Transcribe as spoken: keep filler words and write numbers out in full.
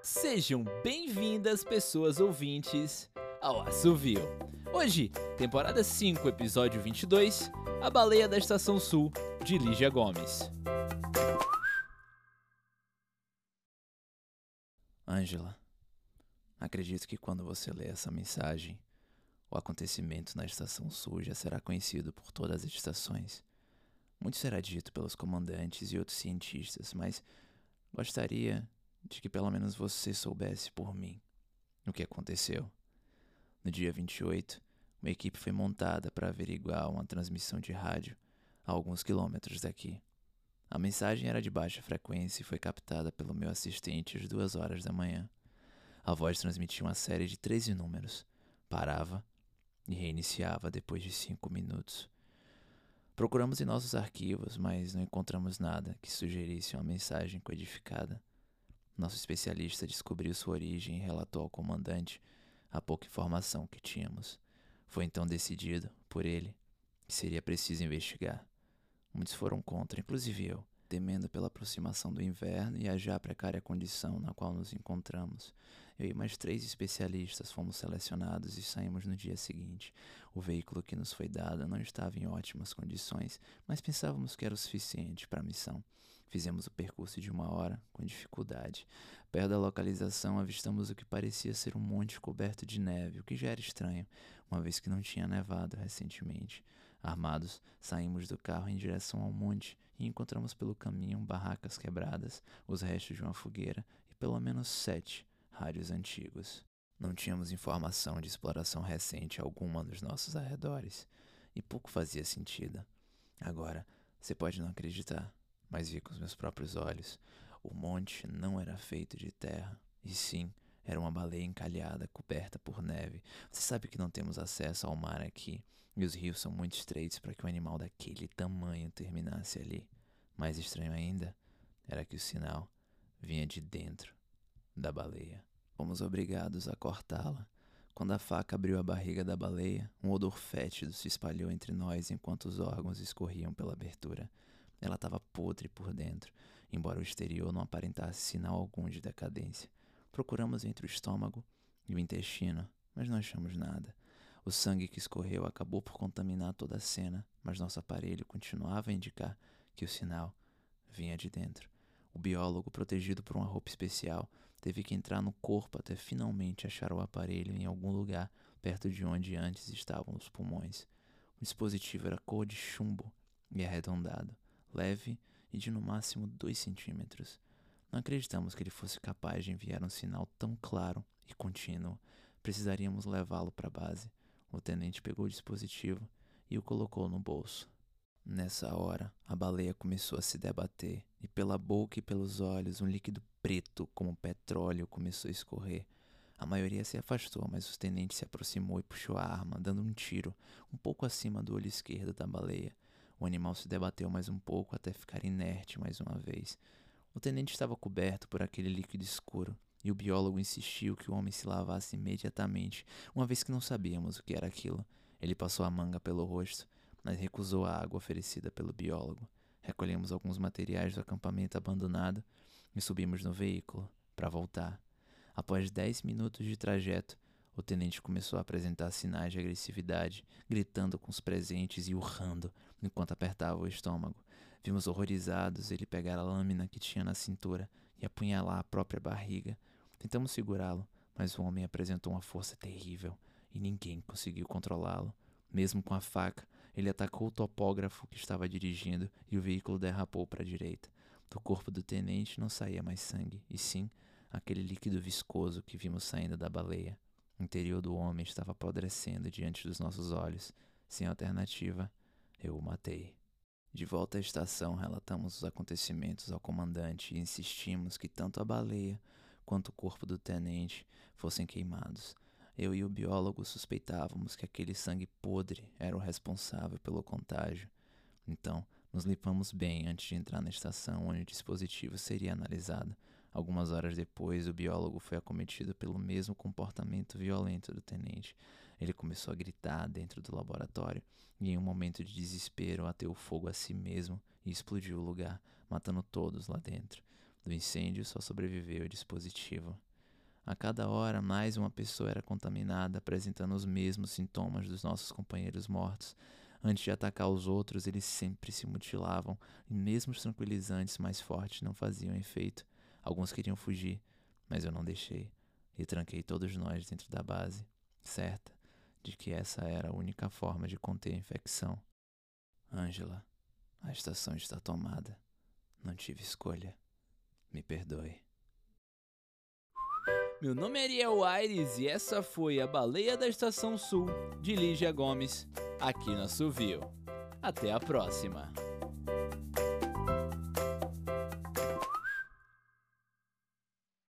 Sejam bem-vindas, pessoas ouvintes, ao Assovio. Hoje, temporada cinco, episódio vinte e dois, A Baleia da Estação Sul, de Lígia Gomes. Ângela, acredito que quando você lê essa mensagem, o acontecimento na Estação Sul já será conhecido por todas as estações. Muito será dito pelos comandantes e outros cientistas, mas gostaria de que pelo menos você soubesse por mim o que aconteceu. No dia vinte e oito, uma equipe foi montada para averiguar uma transmissão de rádio a alguns quilômetros daqui. A mensagem era de baixa frequência e foi captada pelo meu assistente às duas horas da manhã. A voz transmitia uma série de treze números, parava e reiniciava depois de cinco minutos. Procuramos em nossos arquivos, mas não encontramos nada que sugerisse uma mensagem codificada. Nosso especialista descobriu sua origem e relatou ao comandante a pouca informação que tínhamos. Foi então decidido, por ele, que seria preciso investigar. Muitos foram contra, inclusive eu, temendo pela aproximação do inverno e a já precária condição na qual nos encontramos. Eu e mais três especialistas fomos selecionados e saímos no dia seguinte. O veículo que nos foi dado não estava em ótimas condições, mas pensávamos que era o suficiente para a missão. Fizemos o percurso de uma hora, com dificuldade. Perto da localização, avistamos o que parecia ser um monte coberto de neve, o que já era estranho, uma vez que não tinha nevado recentemente. Armados, saímos do carro em direção ao monte e encontramos pelo caminho barracas quebradas, os restos de uma fogueira e pelo menos sete rádios antigos. Não tínhamos informação de exploração recente alguma nos nossos arredores, e pouco fazia sentido. Agora, você pode não acreditar, mas vi com os meus próprios olhos. O monte não era feito de terra, e sim, era uma baleia encalhada, coberta por neve. Você sabe que não temos acesso ao mar aqui, e os rios são muito estreitos para que um animal daquele tamanho terminasse ali. Mais estranho ainda, era que o sinal vinha de dentro da baleia. Fomos obrigados a cortá-la. Quando a faca abriu a barriga da baleia, um odor fétido se espalhou entre nós enquanto os órgãos escorriam pela abertura. Ela estava podre por dentro, embora o exterior não aparentasse sinal algum de decadência. Procuramos entre o estômago e o intestino, mas não achamos nada. O sangue que escorreu acabou por contaminar toda a cena, mas nosso aparelho continuava a indicar que o sinal vinha de dentro. O biólogo, protegido por uma roupa especial, teve que entrar no corpo até finalmente achar o aparelho em algum lugar perto de onde antes estavam os pulmões. O dispositivo era cor de chumbo e arredondado, leve e de no máximo dois centímetros. Não acreditamos que ele fosse capaz de enviar um sinal tão claro e contínuo. Precisaríamos levá-lo para a base. O tenente pegou o dispositivo e o colocou no bolso. Nessa hora, a baleia começou a se debater, e pela boca e pelos olhos um líquido preto como petróleo começou a escorrer. A maioria se afastou, mas o tenente se aproximou e puxou a arma, dando um tiro, um pouco acima do olho esquerdo da baleia. O animal se debateu mais um pouco até ficar inerte mais uma vez. O tenente estava coberto por aquele líquido escuro, e o biólogo insistiu que o homem se lavasse imediatamente, uma vez que não sabíamos o que era aquilo. Ele passou a manga pelo rosto, mas recusou a água oferecida pelo biólogo. Recolhemos alguns materiais do acampamento abandonado e subimos no veículo para voltar. Após dez minutos de trajeto, o tenente começou a apresentar sinais de agressividade, gritando com os presentes e urrando enquanto apertava o estômago. Vimos horrorizados ele pegar a lâmina que tinha na cintura e apunhalar a própria barriga. Tentamos segurá-lo, mas o homem apresentou uma força terrível e ninguém conseguiu controlá-lo. Mesmo com a faca, ele atacou o topógrafo que estava dirigindo e o veículo derrapou para a direita. Do corpo do tenente não saía mais sangue, e sim aquele líquido viscoso que vimos saindo da baleia. O interior do homem estava apodrecendo diante dos nossos olhos. Sem alternativa, eu o matei. De volta à estação, relatamos os acontecimentos ao comandante e insistimos que tanto a baleia quanto o corpo do tenente fossem queimados. Eu e o biólogo suspeitávamos que aquele sangue podre era o responsável pelo contágio. Então, nos limpamos bem antes de entrar na estação onde o dispositivo seria analisado. Algumas horas depois, o biólogo foi acometido pelo mesmo comportamento violento do tenente. Ele começou a gritar dentro do laboratório e, em um momento de desespero, ateu fogo a si mesmo e explodiu o lugar, matando todos lá dentro. Do incêndio só sobreviveu o dispositivo. A cada hora, mais uma pessoa era contaminada, apresentando os mesmos sintomas dos nossos companheiros mortos. Antes de atacar os outros, eles sempre se mutilavam, e mesmo os tranquilizantes mais fortes não faziam efeito. Alguns queriam fugir, mas eu não deixei, e tranquei todos nós dentro da base, certa de que essa era a única forma de conter a infecção. Ângela, a estação está tomada. Não tive escolha. Me perdoe. Meu nome é Ariel Aires e essa foi a Baleia da Estação Sul, de Lígia Gomes, aqui na Suvio. Até a próxima!